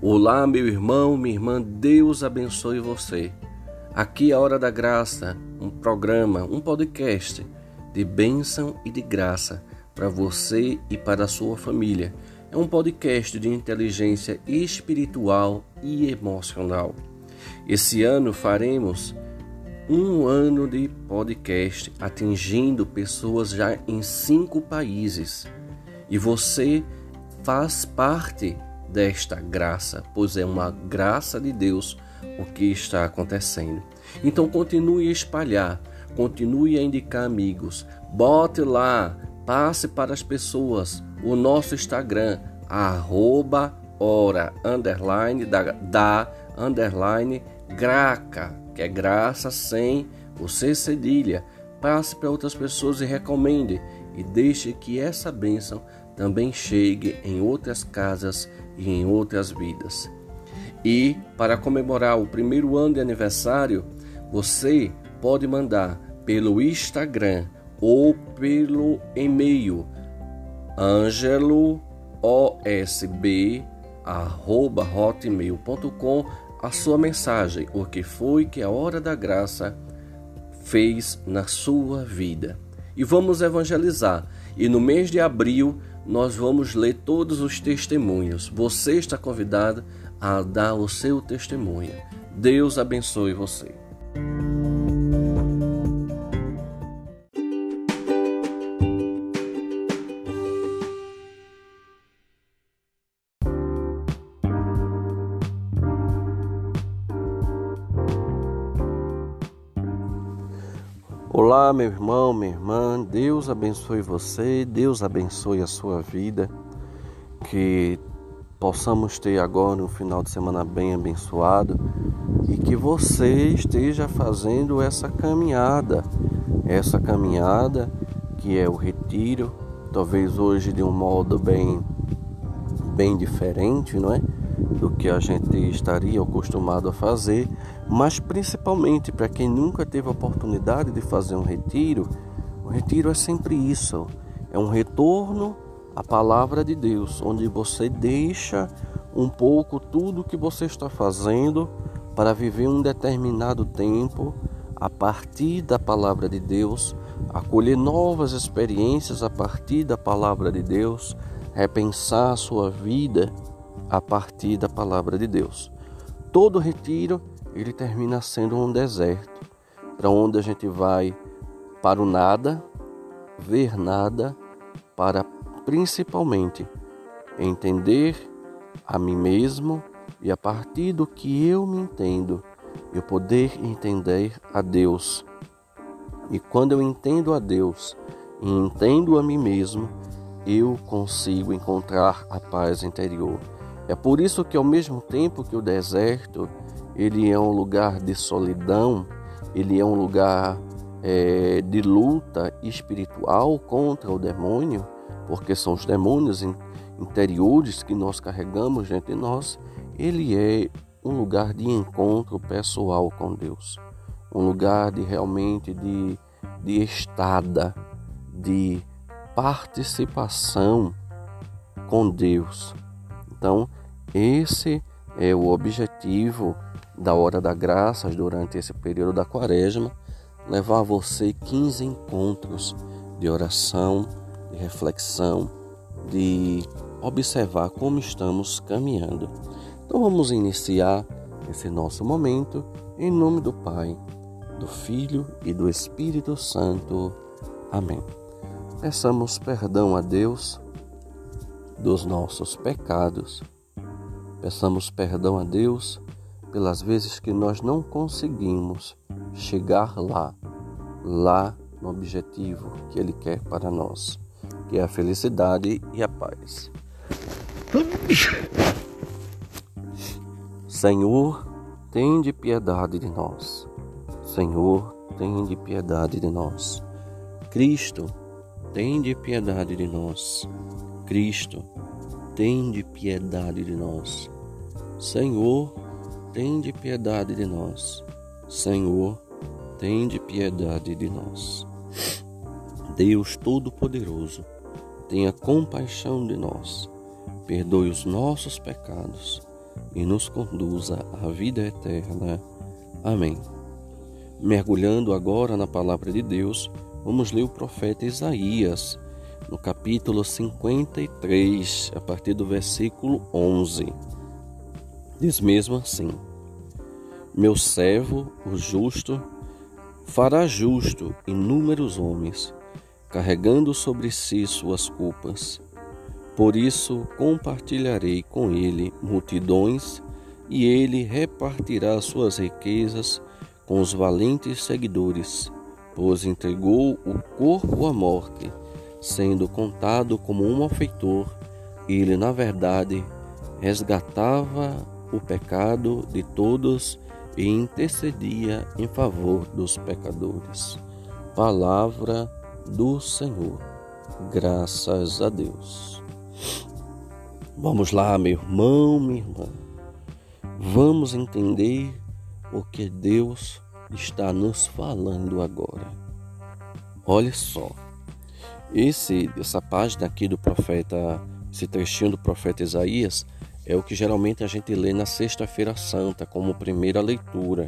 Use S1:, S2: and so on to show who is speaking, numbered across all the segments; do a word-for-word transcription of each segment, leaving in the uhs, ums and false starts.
S1: Olá, meu irmão, minha irmã, Deus abençoe você. Aqui é a Hora da Graça, um programa, um podcast de bênção e de graça para você e para a sua família. É um podcast de inteligência espiritual e emocional. Esse ano faremos um ano de podcast atingindo pessoas já em cinco países. E você faz parte desta graça, pois é uma graça de Deus o que está acontecendo. Então continue a espalhar, continue a indicar amigos, bote lá, passe para as pessoas o nosso Instagram, arroba hora, underline, da, da, underline, graca, que é graça sem o C cedilha. Passe para outras pessoas e recomende, e deixe que essa bênção também chegue em outras casas e em outras vidas. E para comemorar o primeiro ano de aniversário, você pode mandar pelo Instagram ou pelo e-mail angelo osb arroba hotmail ponto com a sua mensagem, o que foi que a Hora da Graça fez na sua vida. E vamos evangelizar. E no mês de abril nós vamos ler todos os testemunhos. Você está convidado a dar o seu testemunho. Deus abençoe você. Olá, meu irmão, minha irmã, Deus abençoe você, Deus abençoe a sua vida, que possamos ter agora um final de semana bem abençoado e que você esteja fazendo essa caminhada, essa caminhada que é o retiro, talvez hoje de um modo bem, bem diferente, não é? Do que a gente estaria acostumado a fazer, mas principalmente para quem nunca teve a oportunidade de fazer um retiro, o retiro é sempre isso, é um retorno à palavra de Deus, onde você deixa um pouco tudo que você está fazendo para viver um determinado tempo a partir da palavra de Deus, acolher novas experiências a partir da palavra de Deus, repensar a sua vida a partir da palavra de Deus. Todo retiro, ele termina sendo um deserto, para onde a gente vai para o nada, ver nada, para principalmente entender a mim mesmo e a partir do que eu me entendo, eu poder entender a Deus. E quando eu entendo a Deus e entendo a mim mesmo, eu consigo encontrar a paz interior. É por isso que ao mesmo tempo que o deserto ele é um lugar de solidão, ele é um lugar é, de luta espiritual contra o demônio, porque são os demônios interiores que nós carregamos dentro de nós, ele é um lugar de encontro pessoal com Deus, um lugar de realmente de, de estada, de participação com Deus. Então, esse é o objetivo da Hora da Graça durante esse período da Quaresma, levar a você quinze encontros de oração, de reflexão, de observar como estamos caminhando. Então vamos iniciar esse nosso momento em nome do Pai, do Filho e do Espírito Santo. Amém. Peçamos perdão a Deus dos nossos pecados. Peçamos perdão a Deus pelas vezes que nós não conseguimos chegar lá, lá no objetivo que Ele quer para nós, que é a felicidade e a paz. Senhor, tende piedade de nós. Senhor, tende piedade de nós. Cristo, tende piedade de nós. Cristo, tende piedade de nós. Senhor, tende piedade de nós. Senhor, tende piedade de nós. Deus Todo-Poderoso, tenha compaixão de nós, perdoe os nossos pecados e nos conduza à vida eterna. Amém. Mergulhando agora na palavra de Deus, vamos ler o profeta Isaías, no capítulo cinquenta e três, a partir do versículo onze. Diz mesmo assim: Meu servo, o justo, fará justo inúmeros homens, carregando sobre si suas culpas. Por isso compartilharei com ele multidões, e ele repartirá suas riquezas com os valentes seguidores, pois entregou o corpo à morte, sendo contado como um malfeitor. Ele, na verdade, resgatava o pecado de todos e intercedia em favor dos pecadores. Palavra do Senhor. Graças a Deus. Vamos lá, meu irmão, minha irmã. Vamos entender o que Deus está nos falando agora. Olha só. Esse, essa página aqui do profeta, esse trechinho do profeta Isaías, é o que geralmente a gente lê na Sexta-feira Santa como primeira leitura.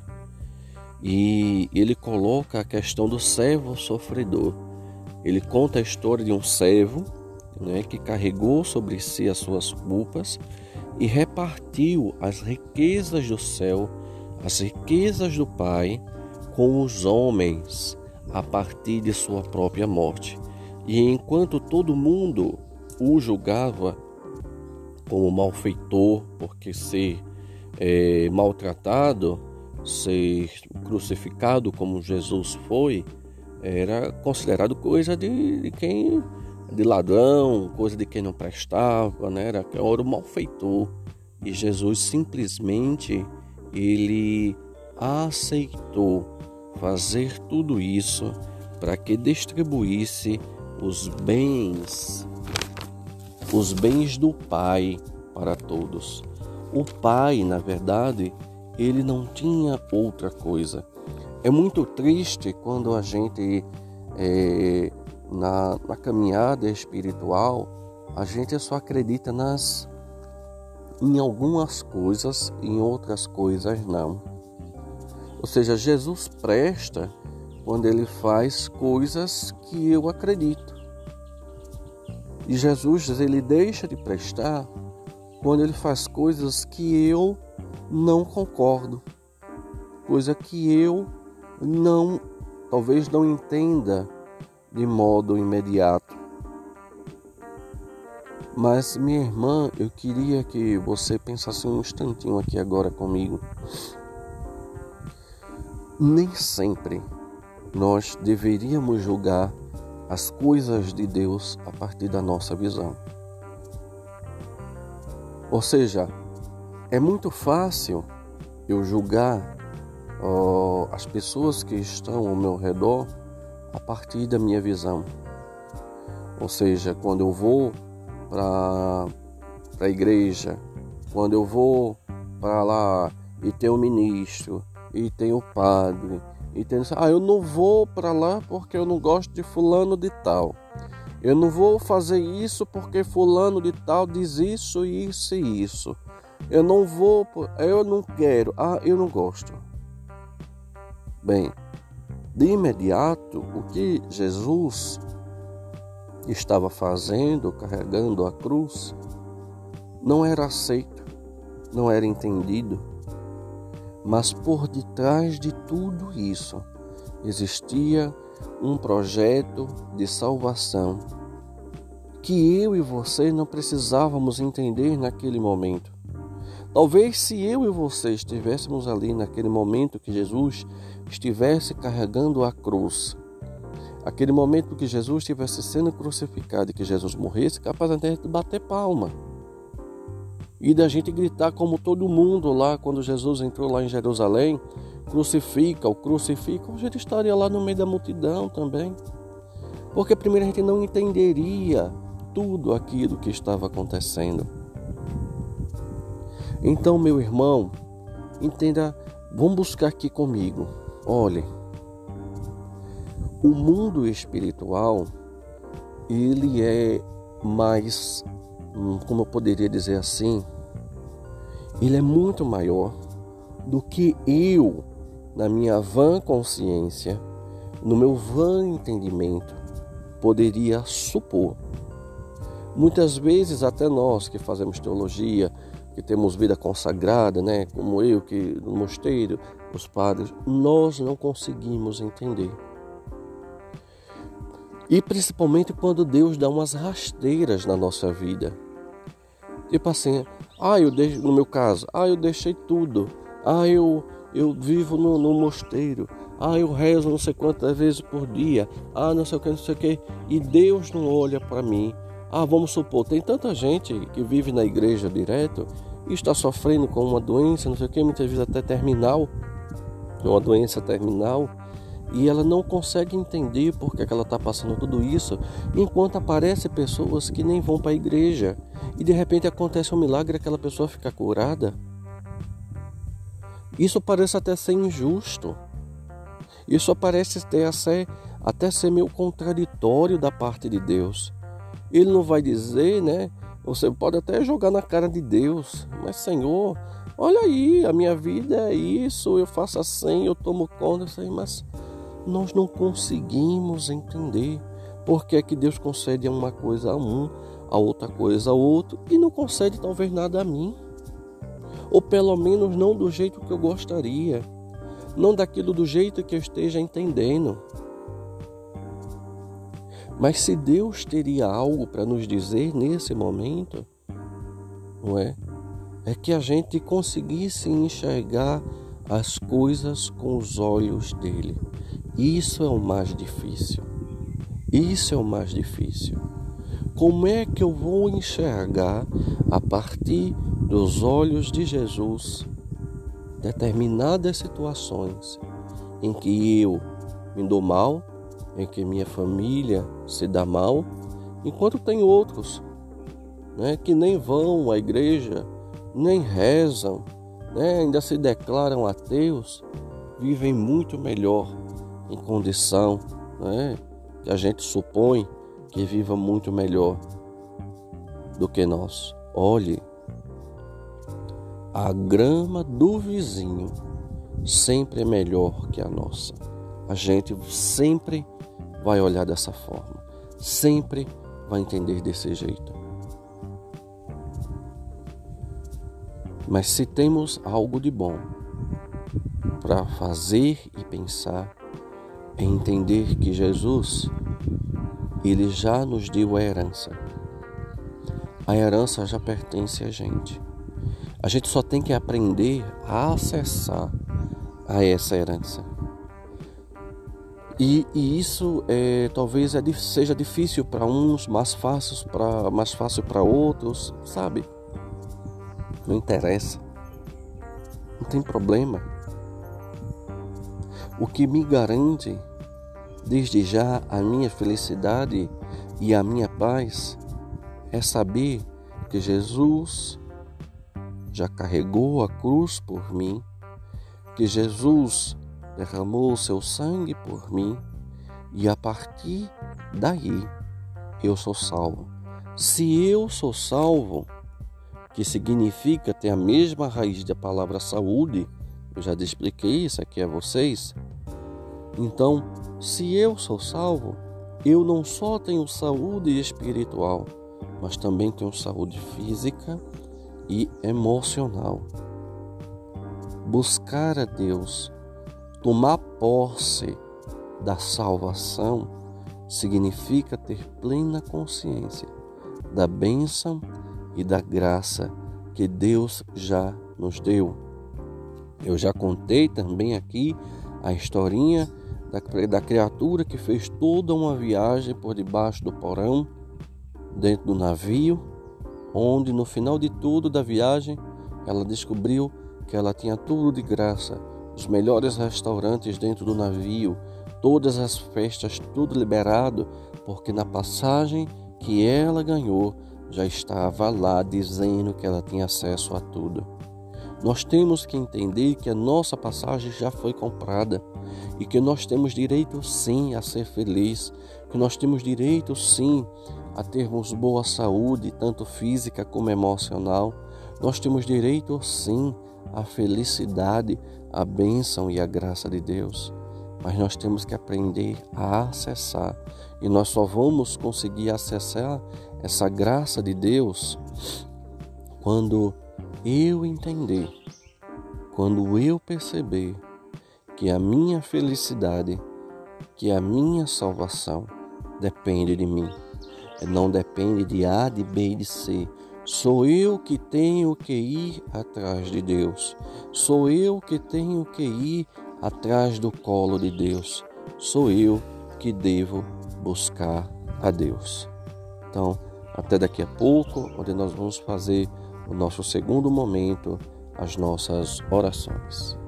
S1: E ele coloca a questão do servo sofredor. Ele conta a história de um servo, né, que carregou sobre si as suas culpas e repartiu as riquezas do céu, as riquezas do Pai, com os homens a partir de sua própria morte. E enquanto todo mundo o julgava como malfeitor, porque ser é, maltratado, ser crucificado como Jesus foi, era considerado coisa de, de quem, de ladrão, coisa de quem não prestava, né? Era, era o malfeitor. E Jesus simplesmente ele aceitou fazer tudo isso para que distribuísse os bens, os bens do Pai para todos. O Pai, na verdade, ele não tinha outra coisa. É muito triste quando a gente, é, na, na caminhada espiritual, a gente só acredita nas, em algumas coisas, em outras coisas não. Ou seja, Jesus presta quando ele faz coisas que eu acredito. E Jesus, ele deixa de prestar quando ele faz coisas que eu não concordo, coisa que eu não, talvez não entenda de modo imediato. Mas, minha irmã, eu queria que você pensasse um instantinho aqui agora comigo. Nem sempre nós deveríamos julgar as coisas de Deus a partir da nossa visão. Ou seja, é muito fácil eu julgar ó, as pessoas que estão ao meu redor a partir da minha visão. Ou seja, quando eu vou para a igreja, quando eu vou para lá e tem o ministro, e tem o padre, e tem... Ah, eu não vou para lá porque eu não gosto de fulano de tal. Eu não vou fazer isso porque fulano de tal diz isso, isso e isso. Eu não vou, eu não quero, ah, eu não gosto. Bem, de imediato, o que Jesus estava fazendo, carregando a cruz, não era aceito, não era entendido. Mas por detrás de tudo isso, existia um projeto de salvação que eu e você não precisávamos entender naquele momento. Talvez se eu e você estivéssemos ali naquele momento que Jesus estivesse carregando a cruz, aquele momento que Jesus estivesse sendo crucificado e que Jesus morresse, capaz até de bater palma e da gente gritar como todo mundo lá quando Jesus entrou lá em Jerusalém, crucifica-o, crucifica-o, a gente estaria lá no meio da multidão também. Porque primeiro a gente não entenderia tudo aquilo que estava acontecendo. Então, meu irmão, entenda, vamos buscar aqui comigo. Olhe, o mundo espiritual, ele é mais, como eu poderia dizer assim, ele é muito maior do que eu, na minha vã consciência, no meu vã entendimento, poderia supor. Muitas vezes até nós que fazemos teologia, que temos vida consagrada, né, como eu, que no mosteiro, os padres, nós não conseguimos entender. E principalmente quando Deus dá umas rasteiras na nossa vida. Tipo assim, ah, eu deixo, no meu caso, ah, eu deixei tudo. Ah, eu, eu vivo no, no mosteiro. Ah, eu rezo não sei quantas vezes por dia. Ah, não sei o que, não sei o que. E Deus não olha para mim. Ah, vamos supor, tem tanta gente que vive na igreja direto e está sofrendo com uma doença, não sei o que, muitas vezes até terminal. Uma doença terminal. E ela não consegue entender por que ela está passando tudo isso, enquanto aparecem pessoas que nem vão para a igreja. E de repente acontece um milagre e aquela pessoa fica curada. Isso parece até ser injusto. Isso parece ter até, até ser meio contraditório da parte de Deus. Ele não vai dizer, né? Você pode até jogar na cara de Deus. Mas Senhor, olha aí, a minha vida é isso, eu faço assim, eu tomo conta disso aí, mas nós não conseguimos entender por que é que Deus concede uma coisa a um, a outra coisa a outro, e não concede talvez nada a mim. Ou pelo menos não do jeito que eu gostaria, não daquilo do jeito que eu esteja entendendo. Mas se Deus teria algo para nos dizer nesse momento, não é? É que a gente conseguisse enxergar as coisas com os olhos dele. Isso é o mais difícil. Isso é o mais difícil. Como é que eu vou enxergar a partir dos olhos de Jesus determinadas situações em que eu me dou mal, em que minha família se dá mal, enquanto tem outros, né, que nem vão à igreja, nem rezam, né, ainda se declaram ateus, vivem muito melhor em condição, né, que a gente supõe que viva muito melhor do que nós. Olhe, a grama do vizinho sempre é melhor que a nossa. A gente sempre vai olhar dessa forma, sempre vai entender desse jeito. Mas se temos algo de bom para fazer e pensar, é entender que Jesus, ele já nos deu a herança. A herança já pertence a gente. A gente só tem que aprender a acessar a essa herança. E, e isso é, talvez é, seja difícil para uns, mais fácil para mais fácil para outros, sabe? Não interessa. Não tem problema. O que me garante, desde já, a minha felicidade e a minha paz é saber que Jesus já carregou a cruz por mim, que Jesus derramou o seu sangue por mim, e a partir daí eu sou salvo. Se eu sou salvo, que significa ter a mesma raiz da palavra saúde, eu já expliquei isso aqui a vocês. Então, se eu sou salvo, eu não só tenho saúde espiritual, mas também tenho saúde física e emocional. Buscar a Deus, tomar posse da salvação, significa ter plena consciência da bênção e da graça que Deus já nos deu. Eu já contei também aqui a historinha da, da criatura que fez toda uma viagem por debaixo do porão, dentro do navio, onde no final de tudo da viagem ela descobriu que ela tinha tudo de graça, os melhores restaurantes dentro do navio, todas as festas, tudo liberado, porque na passagem que ela ganhou já estava lá dizendo que ela tinha acesso a tudo. Nós temos que entender que a nossa passagem já foi comprada e que nós temos direito sim a ser feliz, que nós temos direito sim a termos boa saúde, tanto física como emocional, Nós temos direito, sim, à felicidade, à bênção e à graça de Deus. Mas nós temos que aprender a acessar. E nós só vamos conseguir acessar essa graça de Deus quando eu entender, quando eu perceber que a minha felicidade, que a minha salvação depende de mim. Não depende de A, de B e de C. Sou eu que tenho que ir atrás de Deus. Sou eu que tenho que ir atrás do colo de Deus. Sou eu que devo buscar a Deus. Então, até daqui a pouco, onde nós vamos fazer o nosso segundo momento, as nossas orações.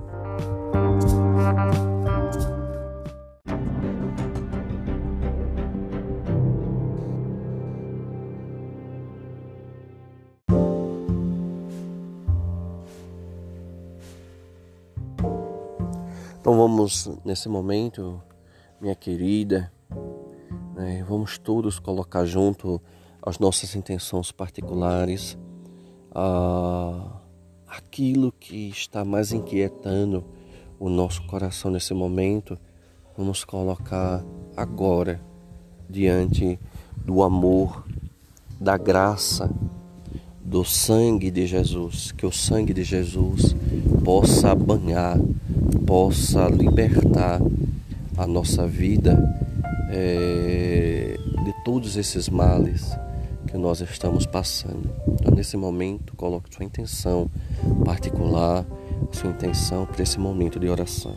S1: Então vamos, nesse momento, minha querida, né, vamos todos colocar junto as nossas intenções particulares, ah, aquilo que está mais inquietando o nosso coração nesse momento, vamos colocar agora diante do amor, da graça, do sangue de Jesus, que o sangue de Jesus possa banhar, possa libertar a nossa vida é, de todos esses males que nós estamos passando. Então, nesse momento, coloque sua intenção particular, sua intenção para esse momento de oração.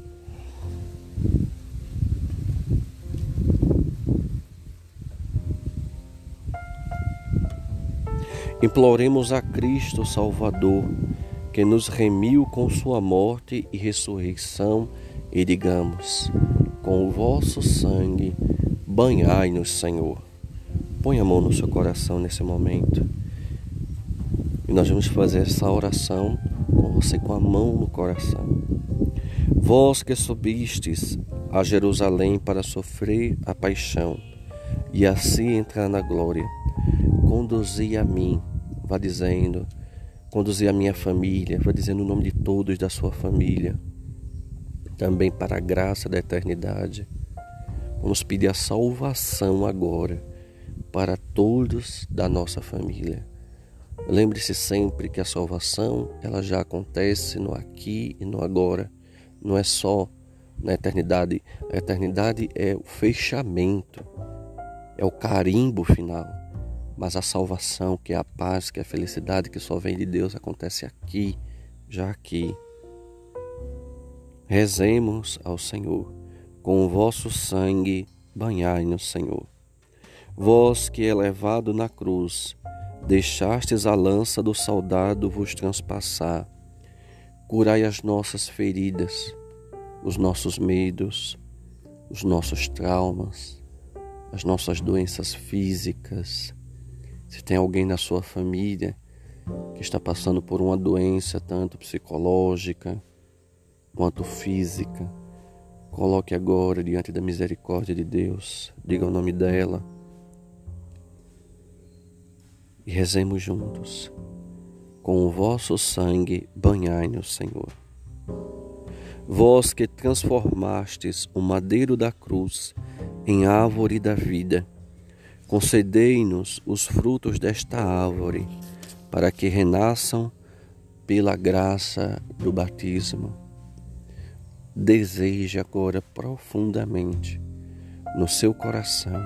S1: Imploremos a Cristo Salvador, que nos remiu com sua morte e ressurreição, e digamos: com o vosso sangue, banhai-nos, Senhor. Põe a mão no seu coração nesse momento. E nós vamos fazer essa oração com você com a mão no coração. Vós que subistes a Jerusalém para sofrer a paixão e assim entrar na glória, conduzi a mim, vá dizendo, conduzi a minha família, vá dizendo o nome de todos da sua família, também para a graça da eternidade. Vamos pedir a salvação agora para todos da nossa família. Lembre-se sempre que a salvação, ela já acontece no aqui e no agora. Não é só na eternidade. A eternidade é o fechamento, é o carimbo final. Mas a salvação, que é a paz, que é a felicidade, que só vem de Deus, acontece aqui, já aqui. Rezemos ao Senhor. Com o vosso sangue, banhai-nos, Senhor. Vós que, elevado na cruz, deixastes a lança do soldado vos transpassar, curai as nossas feridas, os nossos medos, os nossos traumas, as nossas doenças físicas. Se tem alguém na sua família que está passando por uma doença, tanto psicológica quanto física, coloque agora diante da misericórdia de Deus, diga o nome dela e rezemos juntos. Com o vosso sangue, banhai-nos, Senhor. Vós que transformastes o madeiro da cruz em árvore da vida, concedei-nos os frutos desta árvore, para que renasçam pela graça do batismo. Deseje agora profundamente no seu coração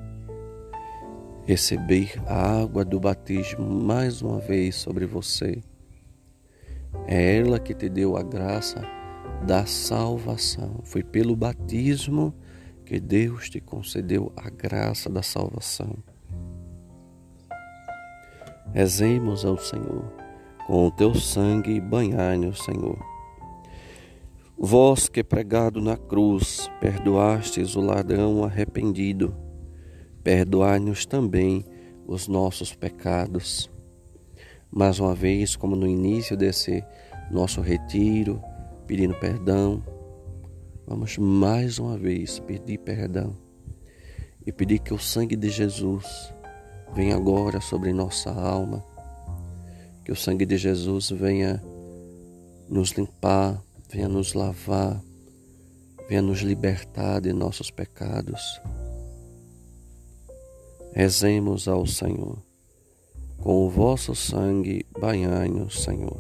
S1: receber a água do batismo mais uma vez sobre você. É ela que te deu a graça da salvação. Foi pelo batismo que Deus te concedeu a graça da salvação. Rezemos ao Senhor. Com o teu sangue banhai-nos, Senhor. Vós que, pregado na cruz, perdoastes o ladrão arrependido, perdoai-nos também os nossos pecados. Mais uma vez, como no início desse nosso retiro, pedindo perdão, vamos mais uma vez pedir perdão e pedir que o sangue de Jesus venha agora sobre nossa alma, Que o sangue de Jesus venha nos limpar, venha nos lavar, venha nos libertar de nossos pecados. Rezemos ao Senhor. Com o vosso sangue, banhai-nos, Senhor.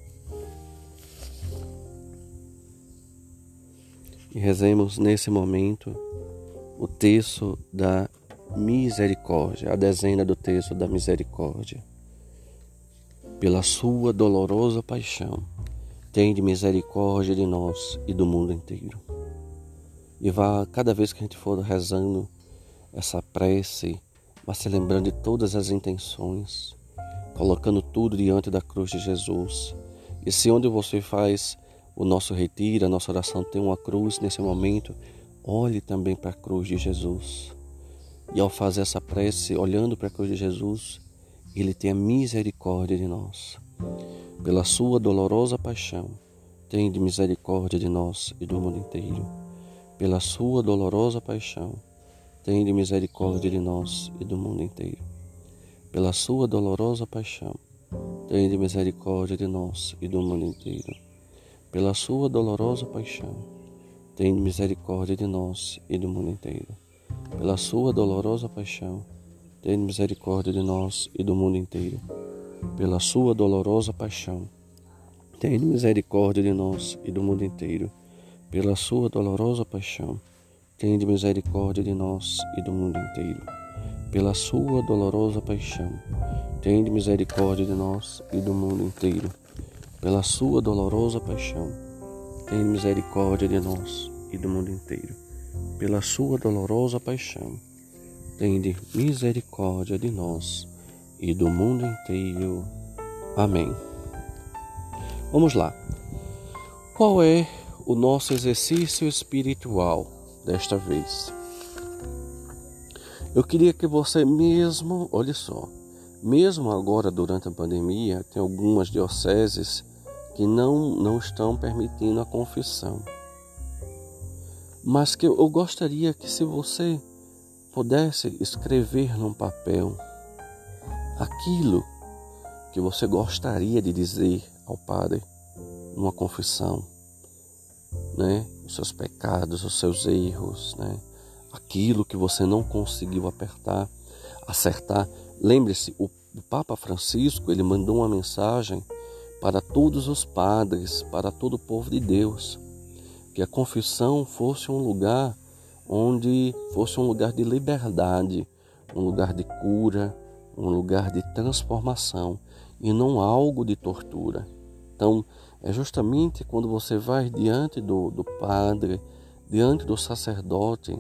S1: E rezemos nesse momento o terço da misericórdia, a dezena do terço da misericórdia. Pela sua dolorosa paixão, tende misericórdia de nós e do mundo inteiro. E vá, cada vez que a gente for rezando essa prece, vá se lembrando de todas as intenções, colocando tudo diante da cruz de Jesus. E se onde você faz o nosso retiro, a nossa oração tem uma cruz nesse momento, olhe também para a cruz de Jesus. E ao fazer essa prece, olhando para a cruz de Jesus, Ele tem a misericórdia de nós. Pela sua dolorosa paixão, tende misericórdia de nós e do mundo inteiro. Pela sua dolorosa paixão, tende misericórdia de nós e do mundo inteiro. Pela sua dolorosa paixão, tende misericórdia de nós e do mundo inteiro. Pela sua dolorosa paixão, tende misericórdia de nós e do mundo inteiro. Pela sua dolorosa paixão, tende misericórdia de nós e do mundo inteiro. Pela sua dolorosa paixão, tende misericórdia de nós e do mundo inteiro. Pela sua dolorosa paixão, tende misericórdia de nós e do mundo inteiro. Pela sua dolorosa paixão, tende misericórdia de nós e do mundo inteiro. Pela sua dolorosa paixão, tende misericórdia de nós e do mundo inteiro. Pela sua dolorosa paixão, tende misericórdia de nós e do mundo inteiro. Amém. Vamos lá. Qual é o nosso exercício espiritual desta vez? Eu queria que você mesmo, olha só, mesmo agora durante a pandemia, tem algumas dioceses que não, não estão permitindo a confissão. Mas que eu gostaria que, se você pudesse escrever num papel aquilo que você gostaria de dizer ao Padre numa confissão, né? Os seus pecados, os seus erros, né? Aquilo que você não conseguiu apertar, acertar. Lembre-se, o, o Papa Francisco, ele mandou uma mensagem para todos os padres, para todo o povo de Deus, que a confissão fosse um lugar onde fosse um lugar de liberdade, um lugar de cura, um lugar de transformação e não algo de tortura. Então, é justamente quando você vai diante do, do padre, diante do sacerdote,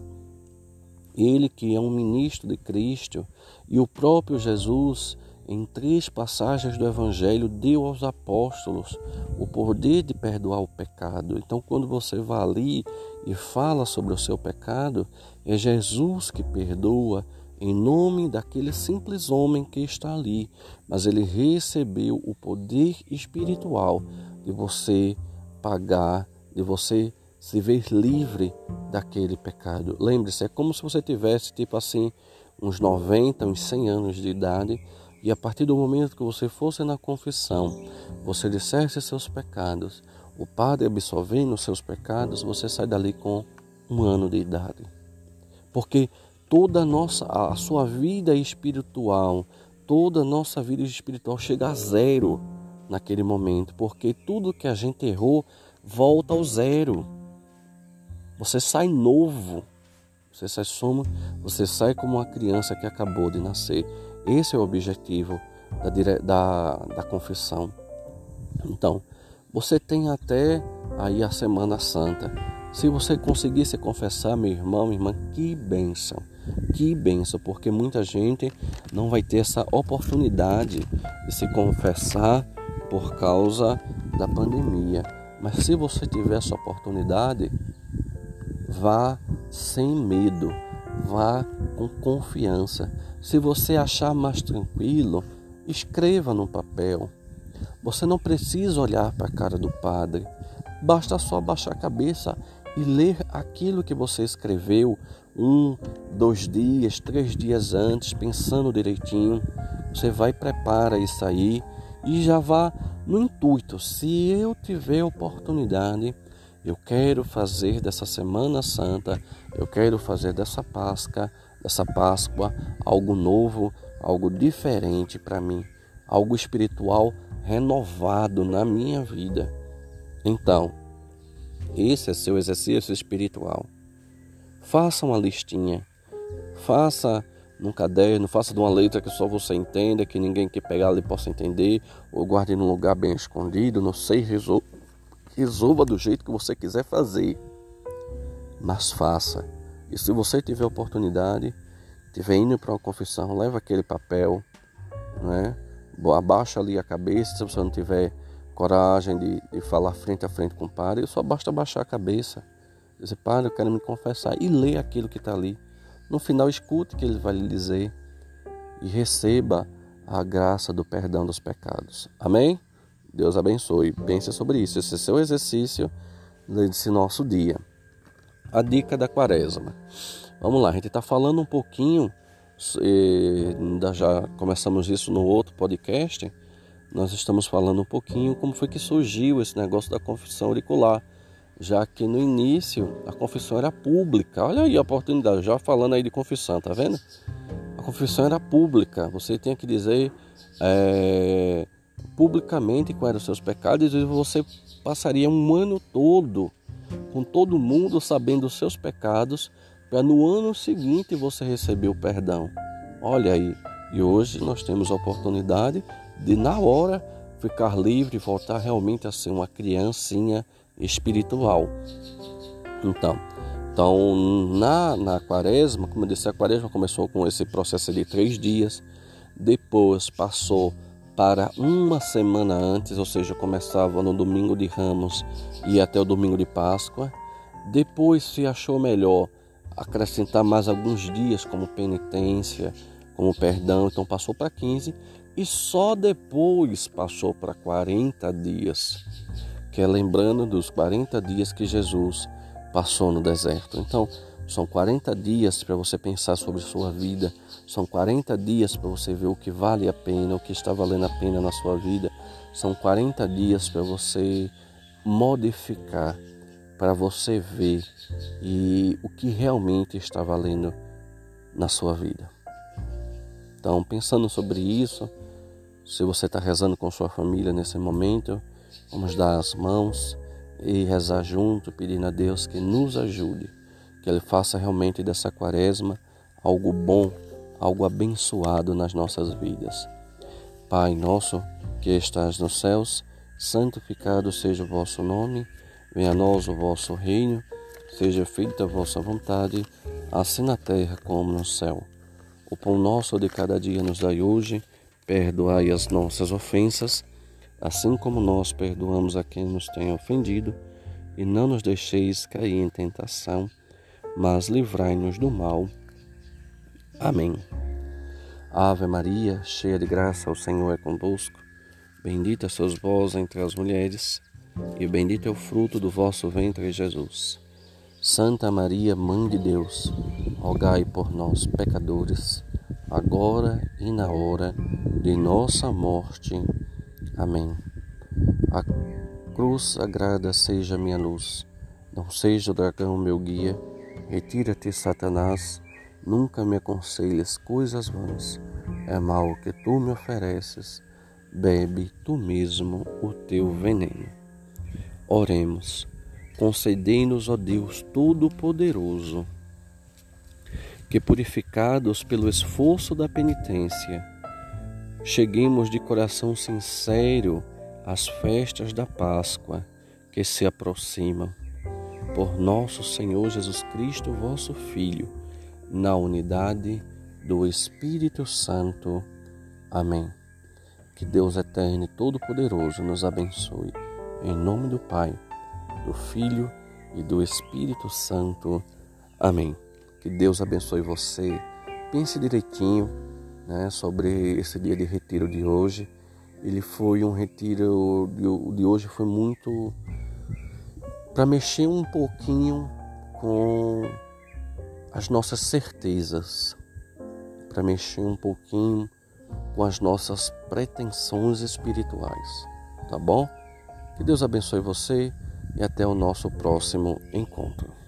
S1: ele que é um ministro de Cristo, e o próprio Jesus, em três passagens do Evangelho, deu aos apóstolos o poder de perdoar o pecado. Então, quando você vai ali e fala sobre o seu pecado, é Jesus que perdoa em nome daquele simples homem que está ali. Mas ele recebeu o poder espiritual de você pagar, de você se ver livre daquele pecado. Lembre-se, é como se você tivesse, tipo assim, uns noventa, uns cem anos de idade, e a partir do momento que você fosse na confissão, você dissesse seus pecados, o Padre absolvendo os seus pecados, você sai dali com um ano de idade. Porque toda a, nossa, a sua vida espiritual, toda a nossa vida espiritual chega a zero naquele momento, porque tudo que a gente errou volta ao zero. Você sai novo, você sai somo, você sai como uma criança que acabou de nascer. Esse é o objetivo da, da, da confissão. Então, você tem até aí a Semana Santa. Se você conseguir se confessar, meu irmão, minha irmã, que bênção, que bênção, porque muita gente não vai ter essa oportunidade de se confessar por causa da pandemia. Mas se você tiver essa oportunidade, vá sem medo, vá com confiança. Se você achar mais tranquilo, escreva no papel. Você não precisa olhar para a cara do padre, basta só baixar a cabeça e ler aquilo que você escreveu um, dois dias, três dias antes, pensando direitinho. Você vai, prepara isso aí E já vá no intuito, se eu tiver oportunidade, eu quero fazer dessa Semana Santa, eu quero fazer dessa Páscoa, dessa Páscoa algo novo, algo diferente para mim, algo espiritual renovado na minha vida. Então, esse é seu exercício espiritual. Faça uma listinha, faça num caderno, faça de uma letra que só você entenda, que ninguém que pegar ali possa entender, ou guarde num lugar bem escondido, não sei, resolva, resolva do jeito que você quiser fazer, mas faça. E se você tiver oportunidade, estiver indo para uma confissão, leva aquele papel, né? Abaixa ali a cabeça, se você não tiver coragem de, de falar frente a frente com o padre, só basta abaixar a cabeça, dizer, padre, eu quero me confessar, e ler aquilo que está ali. No final, escute o que ele vai lhe dizer e receba a graça do perdão dos pecados. Amém? Deus abençoe. Pense sobre isso. Esse é seu exercício desse nosso dia. A dica da quaresma. Vamos lá, a gente está falando um pouquinho, ainda já começamos isso no outro podcast, nós estamos falando um pouquinho como foi que surgiu esse negócio da confissão auricular, já que no início a confissão era pública. Olha aí a oportunidade, já falando aí de confissão, tá vendo? A confissão era pública, você tinha que dizer é, publicamente quais eram os seus pecados, e você passaria um ano todo com todo mundo sabendo os seus pecados, para no ano seguinte você receber o perdão. Olha aí, e hoje nós temos a oportunidade de na hora ficar livre e voltar realmente a ser uma criancinha espiritual. Então, então na, na quaresma, como eu disse, a quaresma começou com esse processo de três dias, depois passou para uma semana antes, ou seja, começava no domingo de Ramos e ia até o domingo de Páscoa. Depois se achou melhor acrescentar mais alguns dias como penitência, como perdão, então passou para quinze, e só depois passou para quarenta dias, que é lembrando dos quarenta dias que Jesus passou no deserto. Então, são quarenta dias para você pensar sobre sua vida, são quarenta dias para você ver o que vale a pena, o que está valendo a pena na sua vida, são quarenta dias para você modificar, para você ver e o que realmente está valendo na sua vida. Então, pensando sobre isso, se você está rezando com sua família nesse momento, vamos dar as mãos e rezar junto, pedindo a Deus que nos ajude, que Ele faça realmente dessa quaresma algo bom, algo abençoado nas nossas vidas. Pai nosso, que estás nos céus, santificado seja o vosso nome, venha a nós o vosso reino, seja feita a vossa vontade, assim na terra como no céu. O pão nosso de cada dia nos dai hoje, perdoai as nossas ofensas, assim como nós perdoamos a quem nos tem ofendido, e não nos deixeis cair em tentação, mas livrai-nos do mal. Amém. Ave Maria, cheia de graça, o Senhor é convosco. Bendita sois vós entre as mulheres, e bendito é o fruto do vosso ventre, Jesus. Santa Maria, Mãe de Deus, rogai por nós, pecadores, agora e na hora de nossa morte. Amém. A cruz sagrada seja minha luz, não seja o dragão meu guia. Retira-te, Satanás, nunca me aconselhes coisas vãs. É mal que tu me ofereces, bebe tu mesmo o teu veneno. Oremos. Concedei-nos, ó Deus Todo-Poderoso, que purificados pelo esforço da penitência, cheguemos de coração sincero às festas da Páscoa que se aproximam. Por nosso Senhor Jesus Cristo, vosso Filho, na unidade do Espírito Santo. Amém. Que Deus eterno e todo-poderoso nos abençoe. Em nome do Pai, do Filho e do Espírito Santo. Amém. Que Deus abençoe você. Pense direitinho, né, sobre esse dia de retiro de hoje. Ele foi um retiro de, de hoje foi muito para mexer um pouquinho com as nossas certezas, para mexer um pouquinho com as nossas pretensões espirituais, tá bom? Que Deus abençoe você e até o nosso próximo encontro.